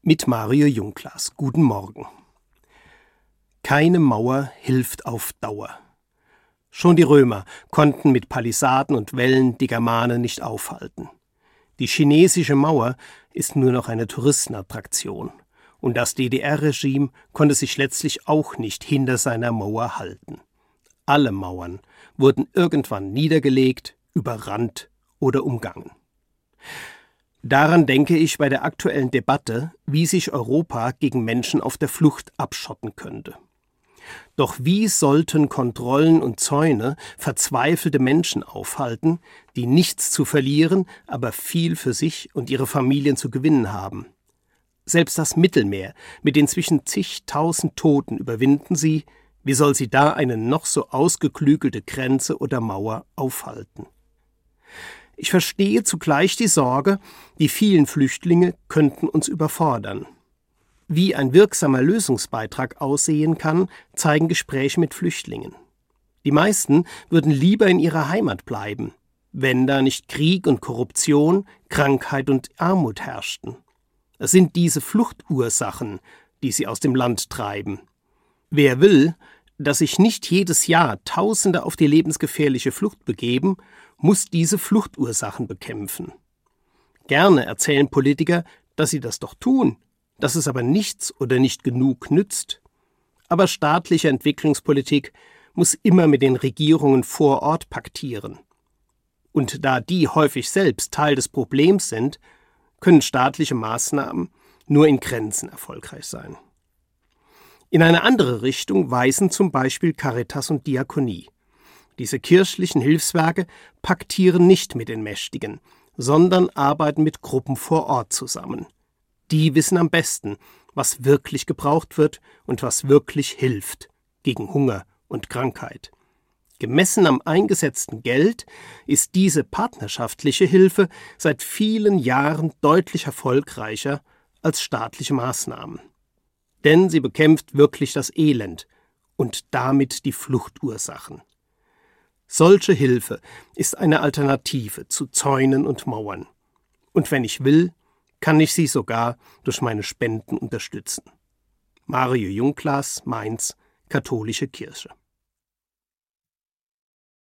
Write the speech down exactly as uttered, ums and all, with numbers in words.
Mit Mario Jungklas. Guten Morgen. Keine Mauer hilft auf Dauer. Schon die Römer konnten mit Palisaden und Wällen die Germanen nicht aufhalten. Die chinesische Mauer ist nur noch eine Touristenattraktion. Und das D D R-Regime konnte sich letztlich auch nicht hinter seiner Mauer halten. Alle Mauern wurden irgendwann niedergelegt, überrannt oder umgangen. Daran denke ich bei der aktuellen Debatte, wie sich Europa gegen Menschen auf der Flucht abschotten könnte. Doch wie sollten Kontrollen und Zäune verzweifelte Menschen aufhalten, die nichts zu verlieren, aber viel für sich und ihre Familien zu gewinnen haben? Selbst das Mittelmeer mit inzwischen zigtausend Toten überwinden sie, wie soll sie da eine noch so ausgeklügelte Grenze oder Mauer aufhalten? Ich verstehe zugleich die Sorge, die vielen Flüchtlinge könnten uns überfordern. Wie ein wirksamer Lösungsbeitrag aussehen kann, zeigen Gespräche mit Flüchtlingen. Die meisten würden lieber in ihrer Heimat bleiben, wenn da nicht Krieg und Korruption, Krankheit und Armut herrschten. Es sind diese Fluchtursachen, die sie aus dem Land treiben. Wer will, dass sich nicht jedes Jahr Tausende auf die lebensgefährliche Flucht begeben, muss diese Fluchtursachen bekämpfen. Gerne erzählen Politiker, dass sie das doch tun, dass es aber nichts oder nicht genug nützt. Aber staatliche Entwicklungspolitik muss immer mit den Regierungen vor Ort paktieren. Und da die häufig selbst Teil des Problems sind, können staatliche Maßnahmen nur in Grenzen erfolgreich sein. In eine andere Richtung weisen zum Beispiel Caritas und Diakonie. Diese kirchlichen Hilfswerke paktieren nicht mit den Mächtigen, sondern arbeiten mit Gruppen vor Ort zusammen. Die wissen am besten, was wirklich gebraucht wird und was wirklich hilft gegen Hunger und Krankheit. Gemessen am eingesetzten Geld ist diese partnerschaftliche Hilfe seit vielen Jahren deutlich erfolgreicher als staatliche Maßnahmen. Denn sie bekämpft wirklich das Elend und damit die Fluchtursachen. Solche Hilfe ist eine Alternative zu Zäunen und Mauern. Und wenn ich will, kann ich sie sogar durch meine Spenden unterstützen. Mario Jungklas, Mainz, Katholische Kirche.